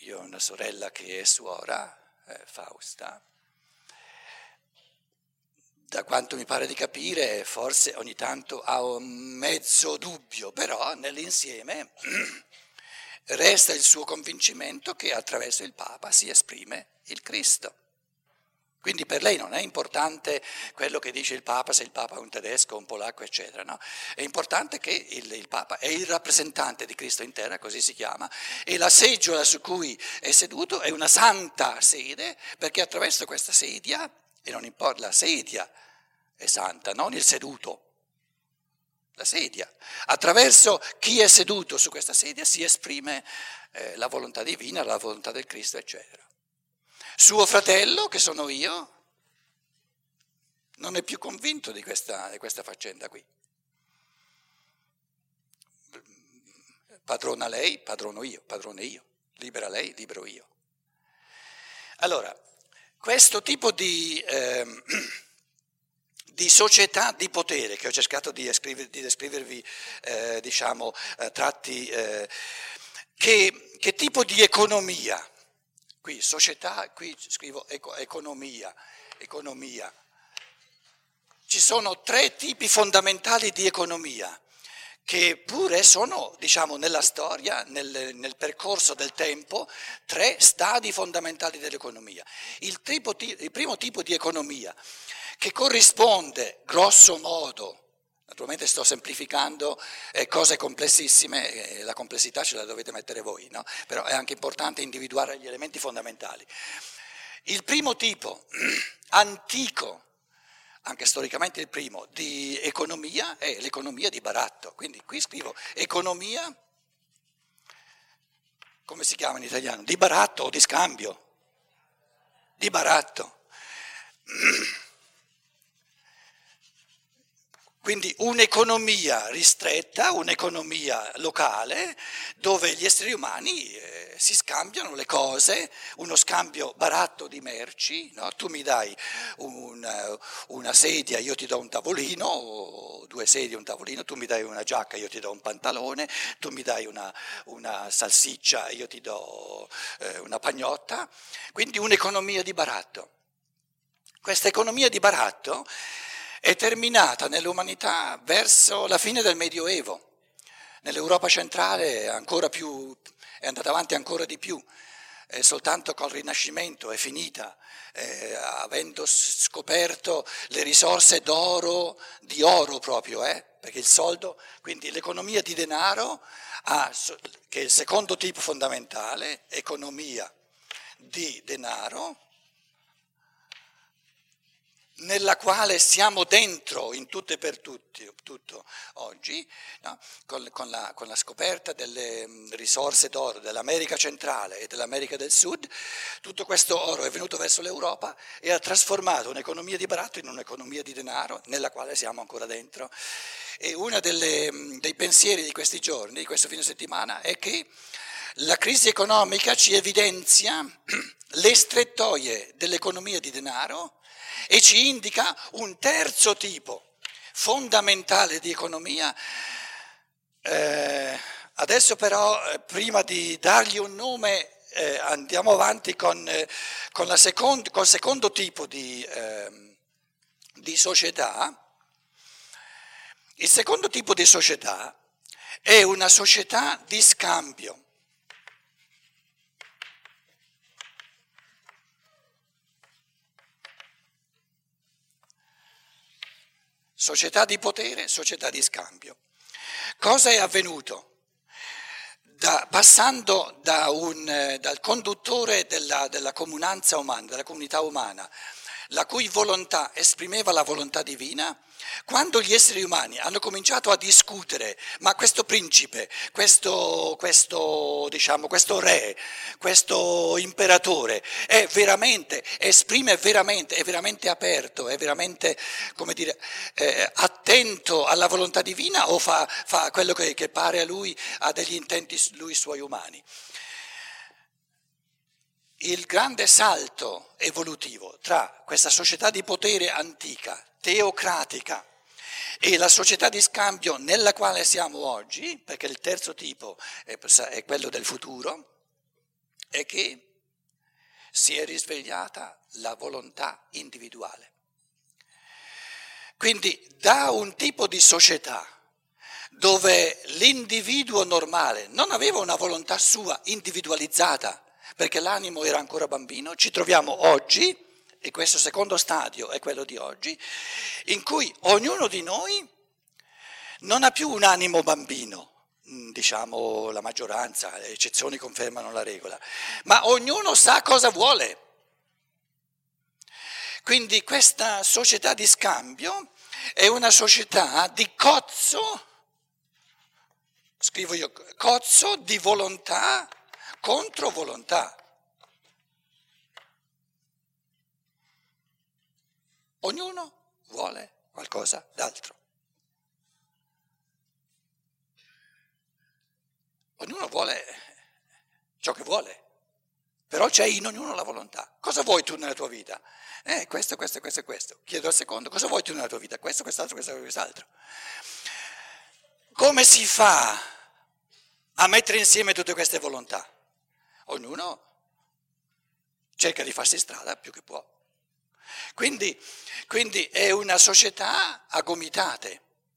io ho una sorella che è suora, Fausta. Da quanto mi pare di capire, forse ogni tanto ha un mezzo dubbio, però nell'insieme resta il suo convincimento che attraverso il Papa si esprime il Cristo. Quindi per lei non è importante quello che dice il Papa, se il Papa è un tedesco, un polacco, eccetera, no? È importante che il Papa è il rappresentante di Cristo in terra, così si chiama, e la seggiola su cui è seduto è una santa sede, perché attraverso questa sedia, e non importa, la sedia è santa, non il seduto, la sedia. Attraverso chi è seduto su questa sedia si esprime la volontà divina, la volontà del Cristo, eccetera. Suo fratello, che sono io, non è più convinto di questa faccenda qui. Padrona lei, padrono io, padrone io, libera lei, libero io. Allora, questo tipo di società di potere che ho cercato di descrivervi, tratti, che tipo di economia? Qui società, qui scrivo economia. Ci sono 3 tipi fondamentali di economia che pure sono, nella storia, nel percorso del tempo, 3 stadi fondamentali dell'economia. Il primo tipo di economia che corrisponde, grosso modo, naturalmente sto semplificando cose complessissime, la complessità ce la dovete mettere voi, no? Però è anche importante individuare gli elementi fondamentali. Il primo tipo, antico, anche storicamente il primo, di economia è l'economia di baratto. Quindi qui scrivo economia, come si chiama in italiano? Di baratto o di scambio? Di baratto. Quindi un'economia ristretta, un'economia locale, dove gli esseri umani si scambiano le cose, uno scambio baratto di merci, no? Tu mi dai una sedia, io ti do un tavolino, o 2 sedie e un tavolino, tu mi dai una giacca, io ti do un pantalone, tu mi dai una salsiccia, io ti do una pagnotta, quindi un'economia di baratto. Questa economia di baratto è terminata nell'umanità verso la fine del Medioevo. Nell'Europa centrale è andata avanti ancora di più. Soltanto col Rinascimento è finita, avendo scoperto le risorse d'oro, di oro proprio, perché il soldo, quindi l'economia di denaro, che è il secondo tipo fondamentale, economia di denaro, nella quale siamo dentro in tutto e per tutto oggi, no? con la scoperta delle risorse d'oro dell'America centrale e dell'America del Sud, tutto questo oro è venuto verso l'Europa e ha trasformato un'economia di baratto in un'economia di denaro nella quale siamo ancora dentro. E uno dei pensieri di questi giorni, di questo fine settimana, è che la crisi economica ci evidenzia le strettoie dell'economia di denaro e ci indica un terzo tipo fondamentale di economia. Adesso però, prima di dargli un nome, andiamo avanti col secondo tipo di società. Il secondo tipo di società è una società di scambio. Società di potere, società di scambio. Cosa è avvenuto? Passando dal conduttore della comunanza umana, della comunità umana, la cui volontà esprimeva la volontà divina, quando gli esseri umani hanno cominciato a discutere, ma questo principe, questo re, questo imperatore esprime veramente, è veramente aperto, è veramente, attento alla volontà divina o fa quello che pare a lui, ha degli intenti lui suoi umani? Il grande salto evolutivo tra questa società di potere antica, teocratica, e la società di scambio nella quale siamo oggi, perché il terzo tipo è quello del futuro, è che si è risvegliata la volontà individuale. Quindi da un tipo di società dove l'individuo normale non aveva una volontà sua individualizzata, perché l'animo era ancora bambino, ci troviamo oggi, e questo secondo stadio è quello di oggi, in cui ognuno di noi non ha più un animo bambino, diciamo la maggioranza, le eccezioni confermano la regola, ma ognuno sa cosa vuole. Quindi questa società di scambio è una società di cozzo, scrivo io, cozzo di volontà contro volontà. Ognuno vuole qualcosa d'altro. Ognuno vuole ciò che vuole, però c'è in ognuno la volontà. Cosa vuoi tu nella tua vita? Questo. Chiedo al secondo, cosa vuoi tu nella tua vita? Questo, quest'altro. Come si fa a mettere insieme tutte queste volontà? Ognuno cerca di farsi strada più che può. Quindi è una società a gomitate.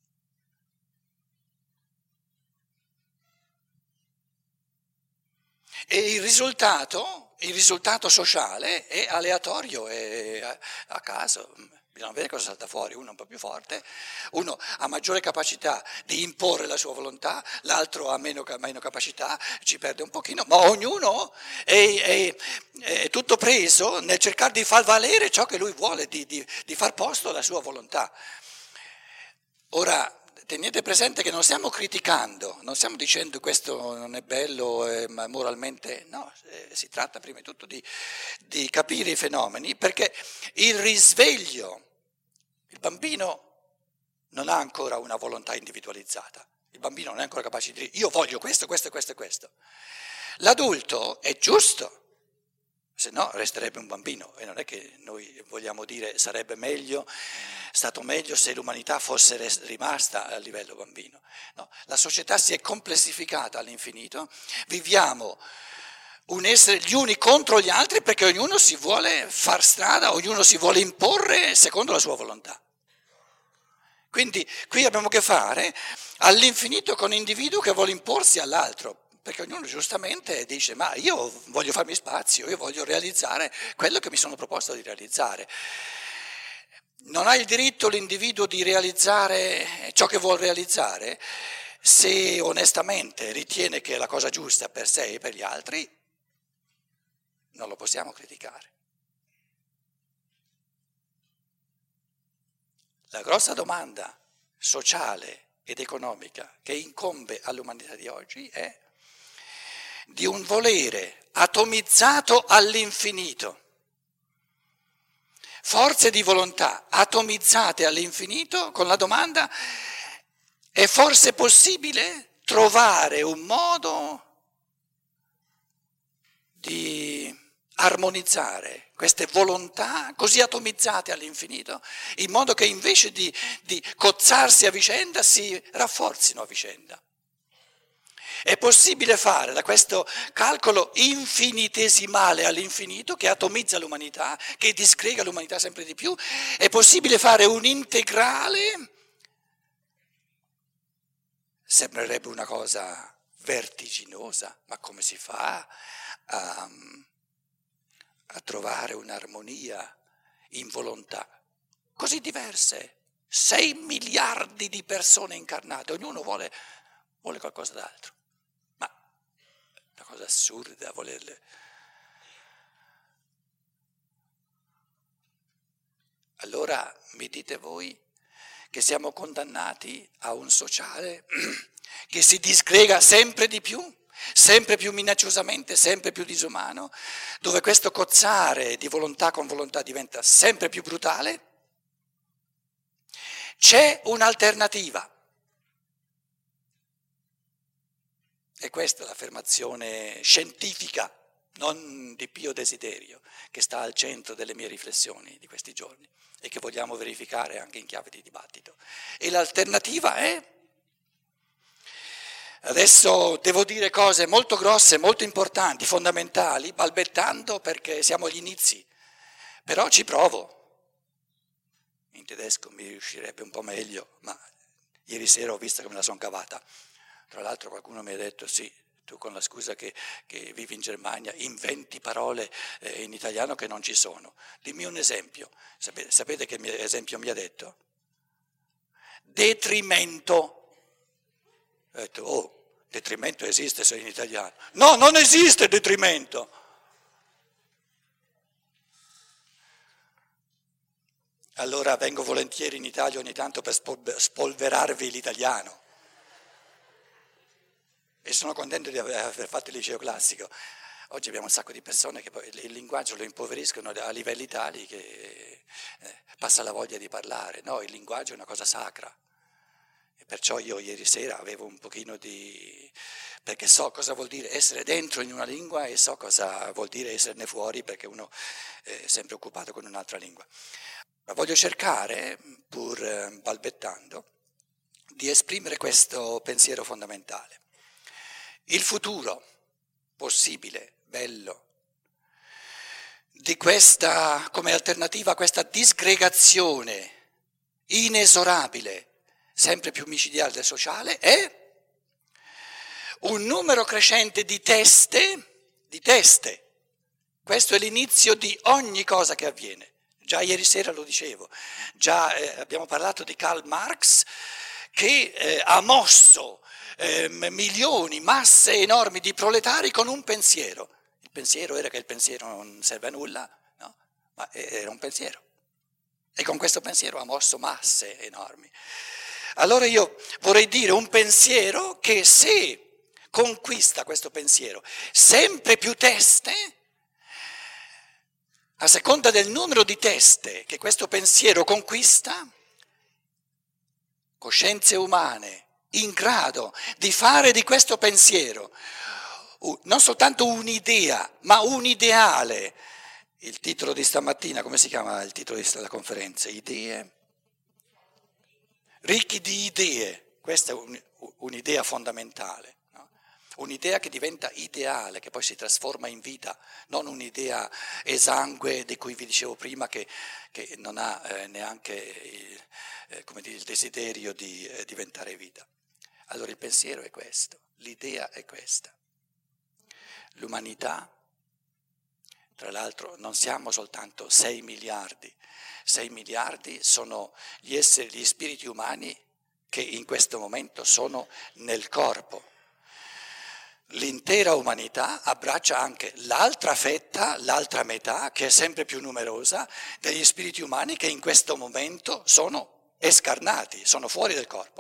E il risultato sociale è aleatorio, è a caso. Bisogna vedere cosa salta fuori, uno è un po' più forte, uno ha maggiore capacità di imporre la sua volontà, l'altro ha meno capacità, ci perde un pochino, ma ognuno è tutto preso nel cercare di far valere ciò che lui vuole, di far posto alla sua volontà. Ora, tenete presente che non stiamo criticando, non stiamo dicendo questo non è bello, ma moralmente no, si tratta prima di tutto di capire i fenomeni, perché il risveglio, il bambino non ha ancora una volontà individualizzata, il bambino non è ancora capace di dire io voglio questo. L'adulto è giusto, se no resterebbe un bambino e non è che noi vogliamo dire sarebbe stato meglio se l'umanità fosse rimasta a livello bambino. No, la società si è complessificata all'infinito, viviamo un essere gli uni contro gli altri perché ognuno si vuole far strada, ognuno si vuole imporre secondo la sua volontà. Quindi qui abbiamo a che fare all'infinito con un individuo che vuole imporsi all'altro. Perché ognuno giustamente dice ma io voglio farmi spazio, io voglio realizzare quello che mi sono proposto di realizzare. Non ha il diritto l'individuo di realizzare ciò che vuol realizzare se onestamente ritiene che è la cosa giusta per sé e per gli altri, non lo possiamo criticare. La grossa domanda sociale ed economica che incombe all'umanità di oggi è di un volere atomizzato all'infinito, forze di volontà atomizzate all'infinito con la domanda: è forse possibile trovare un modo di armonizzare queste volontà così atomizzate all'infinito, in modo che invece di cozzarsi a vicenda si rafforzino a vicenda? È possibile fare da questo calcolo infinitesimale all'infinito che atomizza l'umanità, che disgrega l'umanità sempre di più, è possibile fare un integrale? Sembrerebbe una cosa vertiginosa, ma come si fa a trovare un'armonia in volontà così diverse? 6 miliardi di persone incarnate, ognuno vuole qualcosa d'altro. Una cosa assurda volerle. Allora mi dite voi che siamo condannati a un sociale che si disgrega sempre di più, sempre più minacciosamente, sempre più disumano, dove questo cozzare di volontà con volontà diventa sempre più brutale? C'è un'alternativa. E questa è l'affermazione scientifica, non di pio desiderio, che sta al centro delle mie riflessioni di questi giorni e che vogliamo verificare anche in chiave di dibattito. E l'alternativa è Adesso devo dire cose molto grosse, molto importanti, fondamentali, balbettando perché siamo agli inizi, però ci provo. In tedesco mi riuscirebbe un po' meglio, ma ieri sera ho visto che me la son cavata. Tra l'altro qualcuno mi ha detto sì, tu con la scusa che vivi in Germania inventi parole in italiano che non ci sono. Dimmi un esempio. Sapete che esempio mi ha detto? Detrimento. Ho detto, oh, detrimento esiste se in italiano. No, non esiste detrimento. Allora vengo volentieri in Italia ogni tanto per spolverarvi l'italiano. E sono contento di aver fatto il liceo classico. Oggi abbiamo un sacco di persone che poi il linguaggio lo impoveriscono a livelli tali che passa la voglia di parlare. No, il linguaggio è una cosa sacra. E perciò io ieri sera avevo un pochino di... perché so cosa vuol dire essere dentro in una lingua e so cosa vuol dire esserne fuori perché uno è sempre occupato con un'altra lingua. Ma voglio cercare, pur balbettando, di esprimere questo pensiero fondamentale. Il futuro possibile, bello, di questa, come alternativa a questa disgregazione inesorabile, sempre più micidiale del sociale, è un numero crescente di teste. Questo è l'inizio di ogni cosa che avviene. Già ieri sera lo dicevo, già abbiamo parlato di Karl Marx che ha mosso milioni, masse enormi di proletari con un pensiero. Il pensiero era che il pensiero non serve a nulla, no? Ma era un pensiero. E con questo pensiero ha mosso masse enormi. Allora io vorrei dire un pensiero che se conquista questo pensiero sempre più teste, a seconda del numero di teste che questo pensiero conquista, coscienze umane in grado di fare di questo pensiero non soltanto un'idea, ma un ideale. Il titolo di stamattina, come si chiama il titolo della conferenza? Idee? Ricchi di idee, questa è un'idea fondamentale. Un'idea che diventa ideale, che poi si trasforma in vita, non un'idea esangue di cui vi dicevo prima che non ha neanche il desiderio di diventare vita. Allora il pensiero è questo, l'idea è questa. L'umanità, tra l'altro non siamo soltanto 6 miliardi, 6 miliardi sono gli spiriti umani che in questo momento sono nel corpo. L'intera umanità abbraccia anche l'altra fetta, l'altra metà, che è sempre più numerosa, degli spiriti umani che in questo momento sono escarnati, sono fuori del corpo.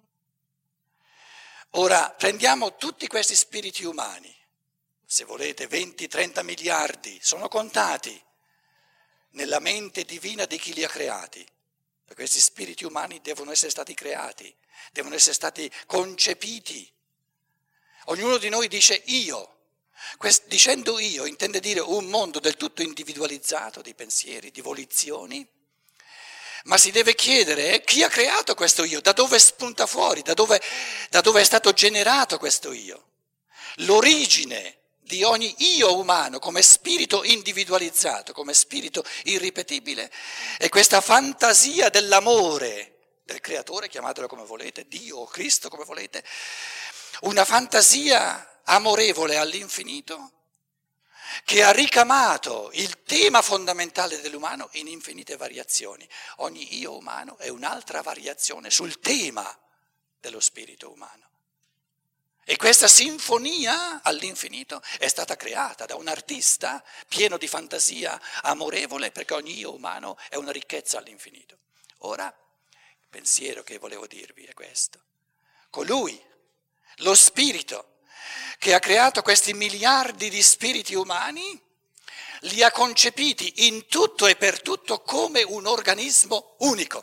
Ora prendiamo tutti questi spiriti umani, se volete 20-30 miliardi, sono contati nella mente divina di chi li ha creati. Questi spiriti umani devono essere stati creati, devono essere stati concepiti. Ognuno di noi dice io. Dicendo io intende dire un mondo del tutto individualizzato di pensieri, di volizioni, ma si deve chiedere chi ha creato questo io, da dove spunta fuori, da dove è stato generato questo io. L'origine di ogni io umano come spirito individualizzato, come spirito irripetibile, è questa fantasia dell'amore del creatore, chiamatelo come volete, Dio o Cristo come volete, una fantasia amorevole all'infinito che ha ricamato il tema fondamentale dell'umano in infinite variazioni. Ogni io umano è un'altra variazione sul tema dello spirito umano. E questa sinfonia all'infinito è stata creata da un artista pieno di fantasia amorevole, perché ogni io umano è una ricchezza all'infinito. Ora, il pensiero che volevo dirvi è questo. Colui, lo spirito, che ha creato questi miliardi di spiriti umani, li ha concepiti in tutto e per tutto come un organismo unico,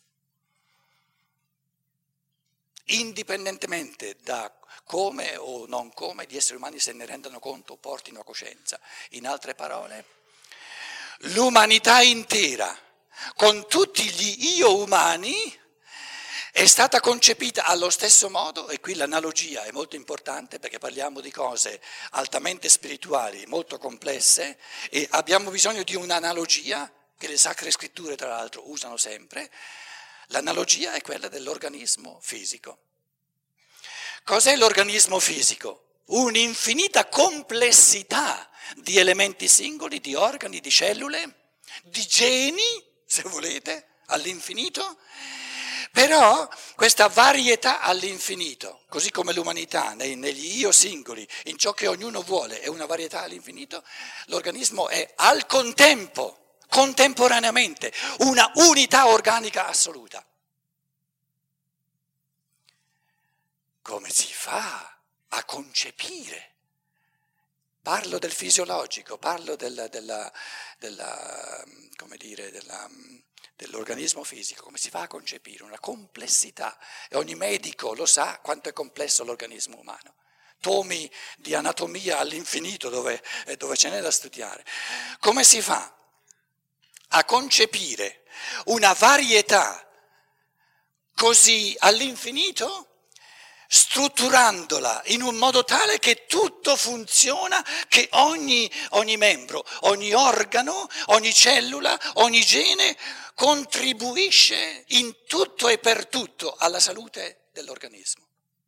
indipendentemente da come o non come gli esseri umani se ne rendano conto o portino a coscienza. In altre parole, l'umanità intera, con tutti gli io umani, È stata concepita allo stesso modo, e qui l'analogia è molto importante perché parliamo di cose altamente spirituali, molto complesse, e abbiamo bisogno di un'analogia che le Sacre Scritture tra l'altro usano sempre. L'analogia è quella dell'organismo fisico. Cos'è l'organismo fisico? Un'infinita complessità di elementi singoli, di organi, di cellule, di geni, se volete, all'infinito. Però questa varietà all'infinito, così come l'umanità negli io singoli, in ciò che ognuno vuole, è una varietà all'infinito, l'organismo è al contempo, contemporaneamente, una unità organica assoluta. Come si fa a concepire? Parlo del fisiologico, parlo dell'organismo fisico, come si fa a concepire una complessità, e ogni medico lo sa quanto è complesso l'organismo umano. Tomi di anatomia all'infinito dove ce n'è da studiare. Come si fa a concepire una varietà così all'infinito, strutturandola in un modo tale che tutto funziona, che ogni membro, ogni organo, ogni cellula, ogni gene contribuisce in tutto e per tutto alla salute dell'organismo.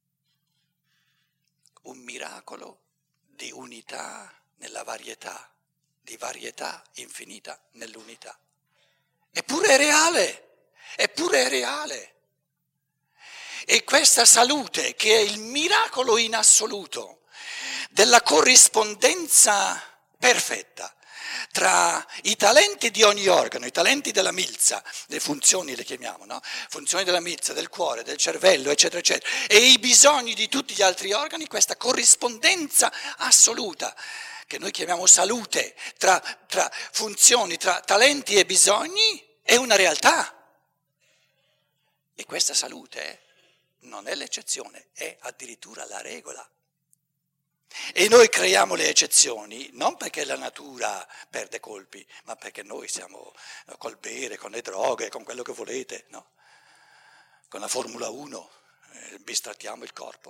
Un miracolo di unità nella varietà, di varietà infinita nell'unità. Eppure è reale. E questa salute, che è il miracolo in assoluto della corrispondenza perfetta tra i talenti di ogni organo, i talenti della milza, le funzioni le chiamiamo, no? Funzioni della milza, del cuore, del cervello, eccetera, eccetera, e i bisogni di tutti gli altri organi, questa corrispondenza assoluta, che noi chiamiamo salute, tra funzioni, tra talenti e bisogni, è una realtà. E questa salute non è l'eccezione, è addirittura la regola. E noi creiamo le eccezioni non perché la natura perde colpi, ma perché noi siamo col bere, con le droghe, con quello che volete, no? Con la Formula 1 bistrattiamo il corpo.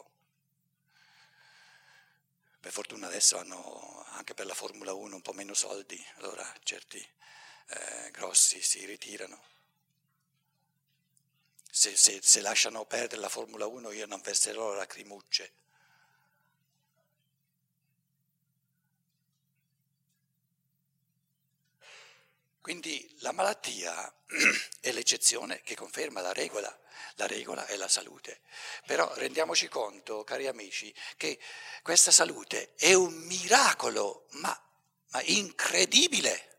Per fortuna adesso hanno anche per la Formula 1 un po' meno soldi, allora certi grossi si ritirano. Se lasciano perdere la Formula 1 io non verserò lacrimucce. Quindi la malattia è l'eccezione che conferma la regola. La regola è la salute. Però rendiamoci conto, cari amici, che questa salute è un miracolo, ma incredibile.